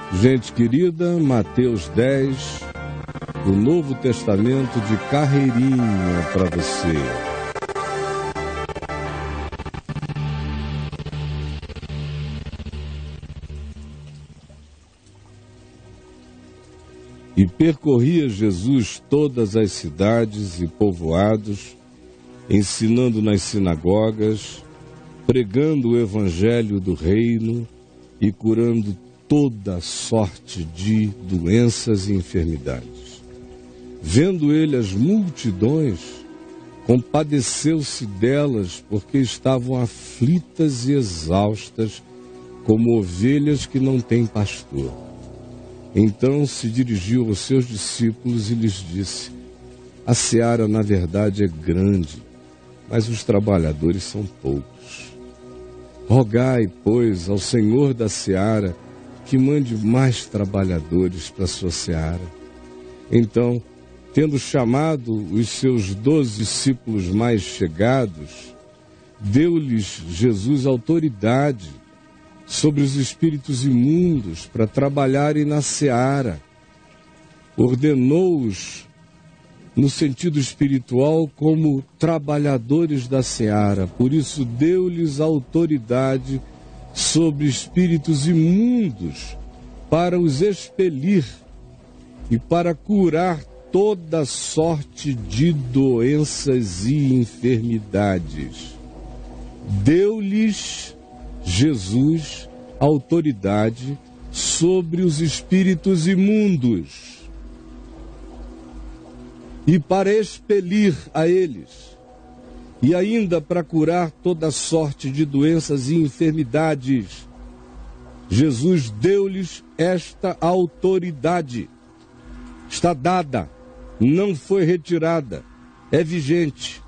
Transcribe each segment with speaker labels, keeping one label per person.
Speaker 1: Gente querida, Mateus 10, do Novo Testamento de carreirinha para você. E percorria Jesus todas as cidades e povoados, ensinando nas sinagogas, pregando o evangelho do reino e curando toda sorte de doenças e enfermidades. Vendo ele as multidões, compadeceu-se delas, porque estavam aflitas e exaustas, como ovelhas que não têm pastor. Então se dirigiu aos seus discípulos e lhes disse: a seara, na verdade, é grande, mas os trabalhadores são poucos. Rogai, pois, ao Senhor da seara que mande mais trabalhadores para a sua seara. Então, tendo chamado os seus 12 discípulos mais chegados, deu-lhes Jesus autoridade sobre os espíritos imundos para trabalharem na seara. Ordenou-os no sentido espiritual como trabalhadores da seara. Por isso deu-lhes autoridade sobre espíritos imundos para os expelir e para curar toda sorte de doenças e enfermidades. Deu-lhes Jesus autoridade sobre os espíritos imundos e para expelir a eles, e ainda para curar toda sorte de doenças e enfermidades. Jesus deu-lhes esta autoridade. Está dada, não foi retirada, é vigente.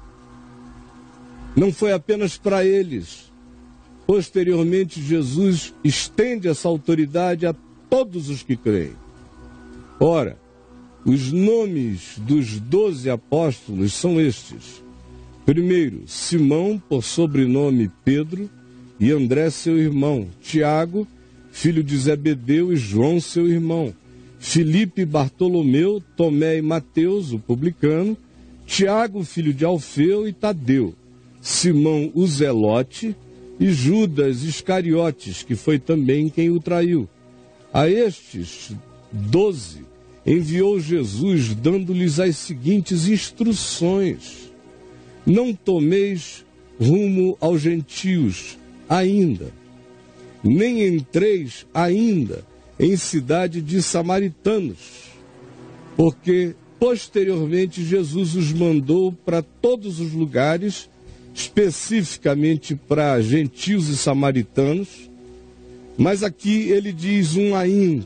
Speaker 1: Não foi apenas para eles. Posteriormente, Jesus estende essa autoridade a todos os que creem. Ora, os nomes dos 12 apóstolos são estes. Primeiro, Simão, por sobrenome Pedro, e André, seu irmão, Tiago, filho de Zebedeu, e João, seu irmão, Filipe, Bartolomeu, Tomé e Mateus, o publicano, Tiago, filho de Alfeu, e Tadeu, Simão, o Zelote, e Judas Iscariotes, que foi também quem o traiu. A estes 12 enviou Jesus, dando-lhes as seguintes instruções: não tomeis rumo aos gentios ainda, nem entreis ainda em cidade de samaritanos, porque posteriormente Jesus os mandou para todos os lugares, especificamente para gentios e samaritanos, mas aqui ele diz um ainda.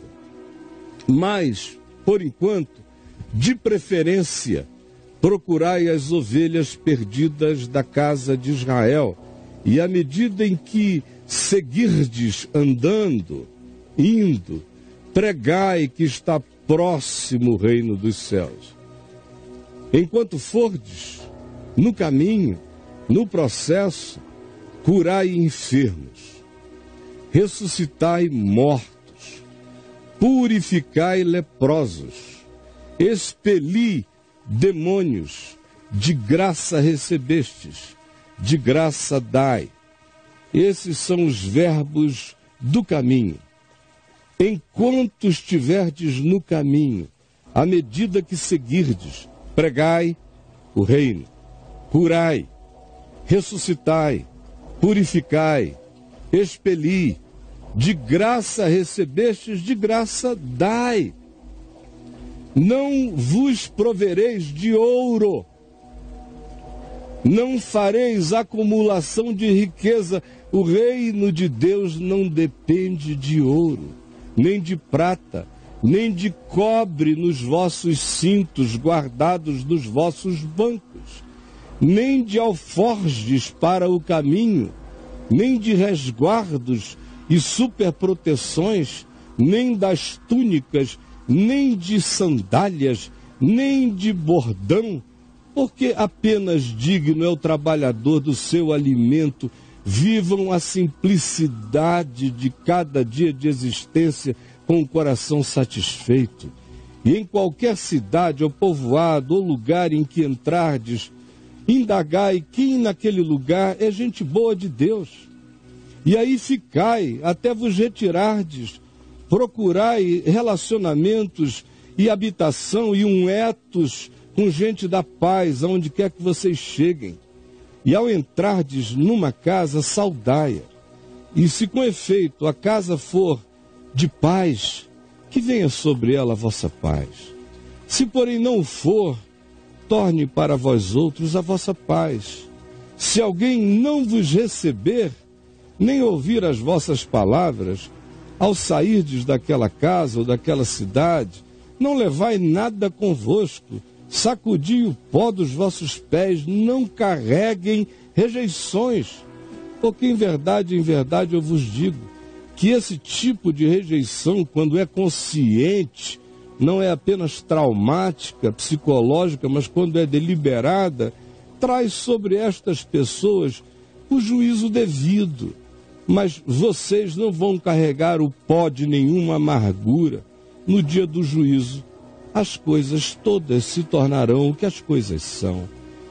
Speaker 1: Mas, por enquanto, de preferência, procurai as ovelhas perdidas da casa de Israel, e à medida em que seguirdes andando, indo, pregai que está próximo o reino dos céus. Enquanto fordes no caminho, no processo, curai enfermos, ressuscitai mortos, purificai leprosos, expeli demônios, de graça recebestes, de graça dai. Esses são os verbos do caminho. Enquanto estiverdes no caminho, à medida que seguirdes, pregai o reino, curai, ressuscitai, purificai, expeli, de graça recebestes, de graça dai. Não vos provereis de ouro, não fareis acumulação de riqueza. O reino de Deus não depende de ouro, nem de prata, nem de cobre nos vossos cintos guardados nos vossos bancos, nem de alforjes para o caminho, nem de resguardos e superproteções, nem das túnicas, nem de sandálias, nem de bordão, porque apenas digno é o trabalhador do seu alimento. Vivam a simplicidade de cada dia de existência, com o coração satisfeito. E em qualquer cidade ou povoado ou lugar em que entrardes, indagai quem naquele lugar é gente boa de Deus. E aí ficai até vos retirardes. Procurai relacionamentos e habitação e um etos com gente da paz, aonde quer que vocês cheguem. E ao entrardes numa casa, saudai-a. E se com efeito a casa for de paz, que venha sobre ela a vossa paz. Se porém não for, torne para vós outros a vossa paz. Se alguém não vos receber, nem ouvir as vossas palavras, ao sairdes daquela casa ou daquela cidade, não levai nada convosco, sacudi o pó dos vossos pés, não carreguem rejeições, porque em verdade eu vos digo que esse tipo de rejeição, quando é consciente, não é apenas traumática, psicológica, mas quando é deliberada, traz sobre estas pessoas o juízo devido. Mas vocês não vão carregar o pó de nenhuma amargura. No dia do juízo, as coisas todas se tornarão o que as coisas são.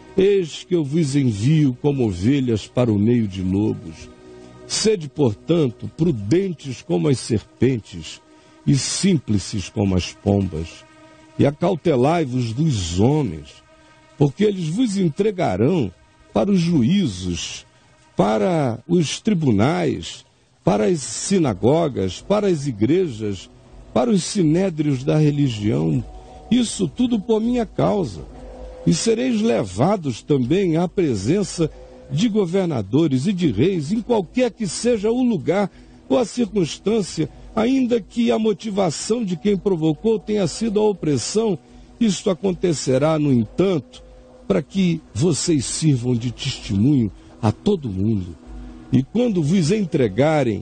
Speaker 1: Eis que eu vos envio como ovelhas para o meio de lobos. Sede, portanto, prudentes como as serpentes e simples como as pombas. E acautelai-vos dos homens, porque eles vos entregarão para os juízos, para os tribunais, para as sinagogas, para as igrejas, para os sinédrios da religião. Isso tudo por minha causa. E sereis levados também à presença de governadores e de reis, em qualquer que seja o lugar ou a circunstância, ainda que a motivação de quem provocou tenha sido a opressão. Isto acontecerá, no entanto, para que vocês sirvam de testemunho a todo mundo. E quando vos entregarem,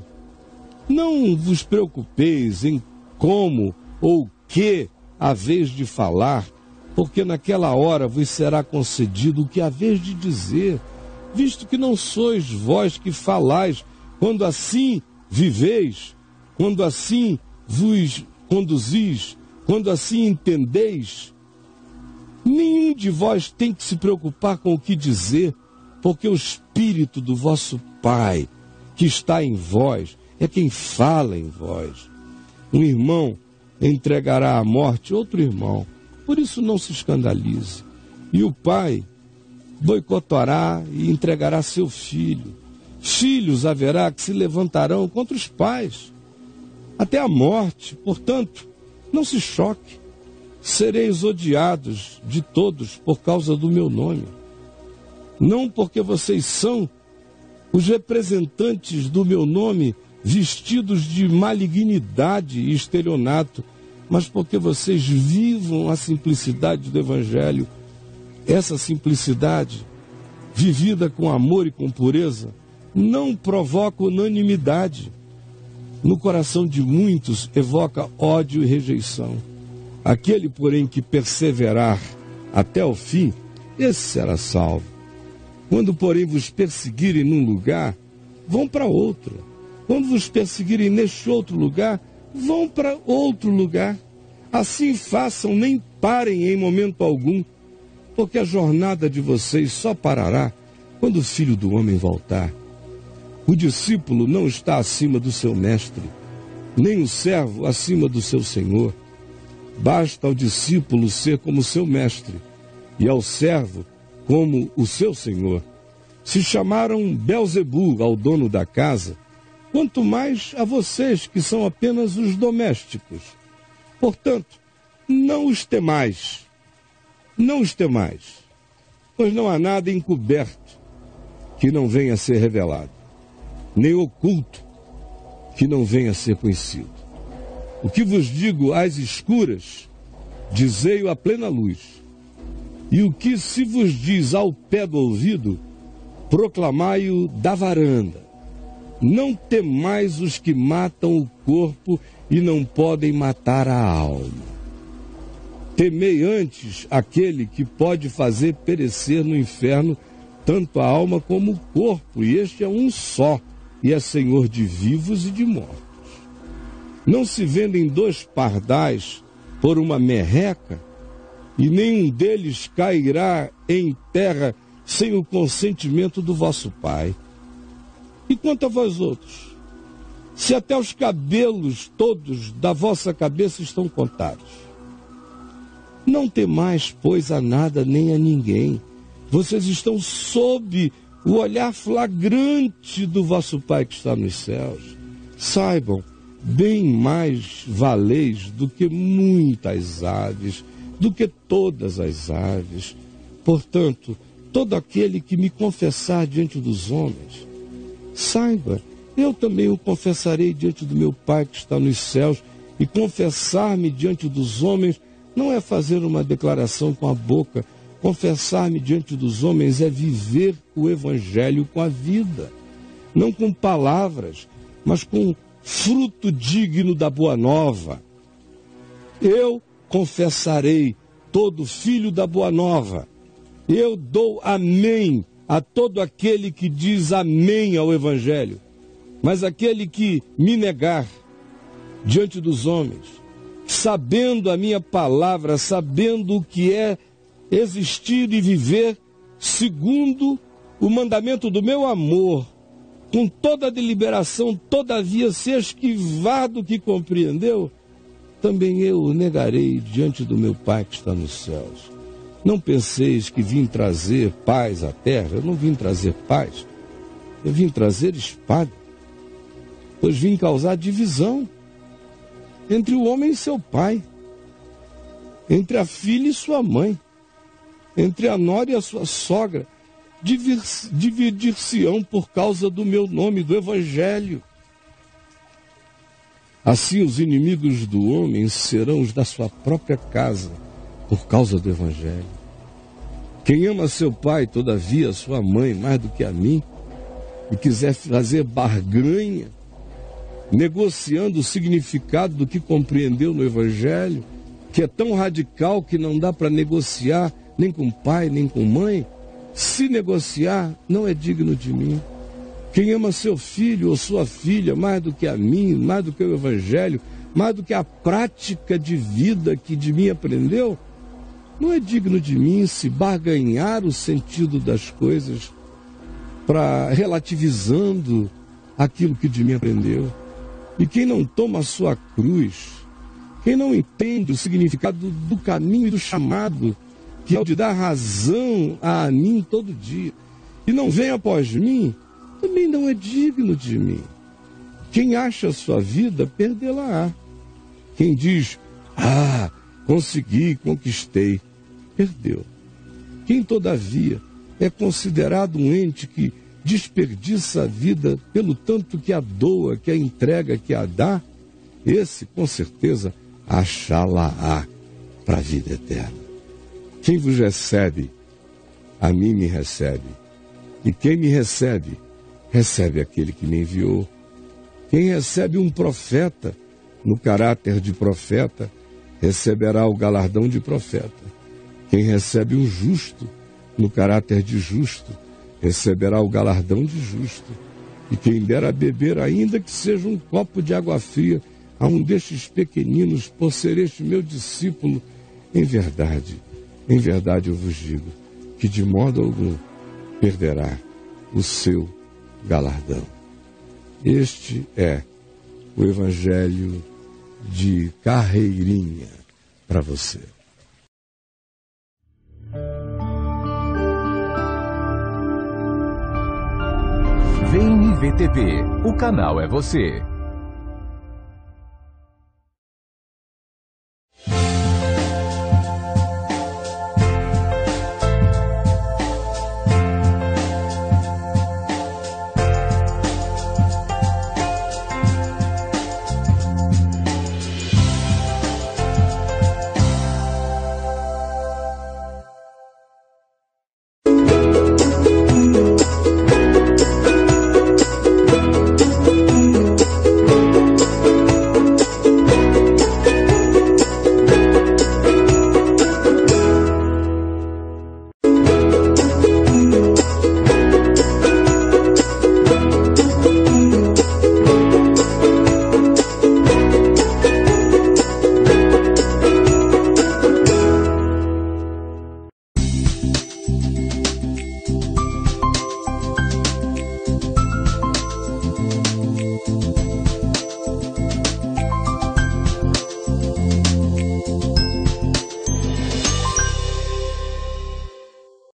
Speaker 1: não vos preocupeis em como ou que haveis de falar, porque naquela hora vos será concedido o que haveis de dizer, visto que não sois vós que falais, quando assim viveis, quando assim vos conduzis, quando assim entendeis. Nenhum de vós tem que se preocupar com o que dizer, porque o Espírito do vosso Pai, que está em vós, é quem fala em vós. Um irmão entregará à morte outro irmão, por isso não se escandalize. E o pai boicotará e entregará seu filho. Filhos haverá que se levantarão contra os pais, até a morte. Portanto, não se choque. Sereis odiados de todos por causa do meu nome. Não porque vocês são os representantes do meu nome, vestidos de malignidade e estelionato, mas porque vocês vivam a simplicidade do Evangelho. Essa simplicidade, vivida com amor e com pureza, não provoca unanimidade. No coração de muitos evoca ódio e rejeição. Aquele, porém, que perseverar até o fim, esse será salvo. Quando, porém, vos perseguirem num lugar, vão para outro. Quando vos perseguirem neste outro lugar, vão para outro lugar. Assim façam, nem parem em momento algum, porque a jornada de vocês só parará quando o Filho do Homem voltar. O discípulo não está acima do seu mestre, nem o servo acima do seu senhor. Basta ao discípulo ser como seu mestre, e ao servo como o seu senhor. Se chamaram Belzebu ao dono da casa, quanto mais a vocês que são apenas os domésticos. Portanto, não os temais, pois não há nada encoberto que não venha a ser revelado, nem oculto que não venha a ser conhecido. O que vos digo às escuras, dizei-o à plena luz. E o que se vos diz ao pé do ouvido, proclamai-o da varanda. Não temais os que matam o corpo e não podem matar a alma. Temei antes aquele que pode fazer perecer no inferno tanto a alma como o corpo, e este é um só, e é Senhor de vivos e de mortos. Não se vendem 2 pardais por uma merreca, e nenhum deles cairá em terra sem o consentimento do vosso Pai. E quanto a vós outros, se até os cabelos todos da vossa cabeça estão contados, não temais, pois, a nada nem a ninguém. Vocês estão sob o olhar flagrante do vosso Pai que está nos céus. Saibam, bem mais valeis do que muitas aves, do que todas as aves. Portanto, todo aquele que me confessar diante dos homens, saiba, eu também o confessarei diante do meu Pai que está nos céus. E confessar-me diante dos homens não é fazer uma declaração com a boca. Confessar-me diante dos homens é viver o Evangelho com a vida. Não com palavras, mas com fruto digno da boa nova. Eu confessarei todo filho da boa nova. Eu dou amém a todo aquele que diz amém ao Evangelho. Mas aquele que me negar diante dos homens, sabendo a minha palavra, sabendo o que é existir e viver segundo o mandamento do meu amor, com toda a deliberação, todavia se esquivar do que compreendeu, também eu o negarei diante do meu Pai que está nos céus. Não penseis que vim trazer paz à terra. Eu não vim trazer paz, eu vim trazer espada, pois vim causar divisão entre o homem e seu pai, entre a filha e sua mãe, entre a nora e a sua sogra. Dividir-se-ão por causa do meu nome, do Evangelho. Assim os inimigos do homem serão os da sua própria casa, por causa do Evangelho. Quem ama seu pai, todavia, sua mãe, mais do que a mim, e quiser fazer barganha, negociando o significado do que compreendeu no Evangelho, que é tão radical que não dá para negociar nem com pai, nem com mãe, se negociar, não é digno de mim. Quem ama seu filho ou sua filha mais do que a mim, mais do que o Evangelho, mais do que a prática de vida que de mim aprendeu, não é digno de mim. Se barganhar o sentido das coisas para relativizando aquilo que de mim aprendeu. E quem não toma a sua cruz, quem não entende o significado do caminho e do chamado, que é o de dar razão a mim todo dia, e não vem após mim, também não é digno de mim. Quem acha a sua vida, perdê-la-á. Quem diz, consegui, conquistei, perdeu. Quem, todavia, é considerado um ente que desperdiça a vida pelo tanto que a doa, que a entrega, que a dá, esse, com certeza, achá-la-á para a vida eterna. Quem vos recebe, a mim me recebe. E quem me recebe, recebe aquele que me enviou. Quem recebe um profeta, no caráter de profeta, receberá o galardão de profeta. Quem recebe um justo, no caráter de justo, receberá o galardão de justo. E quem der a beber, ainda que seja um copo de água fria, a um destes pequeninos, por ser este meu discípulo, em verdade eu vos digo, que de modo algum perderá o seu galardão. Este é o Evangelho de Carreirinha para você.
Speaker 2: Vem me ver TV, o canal é você.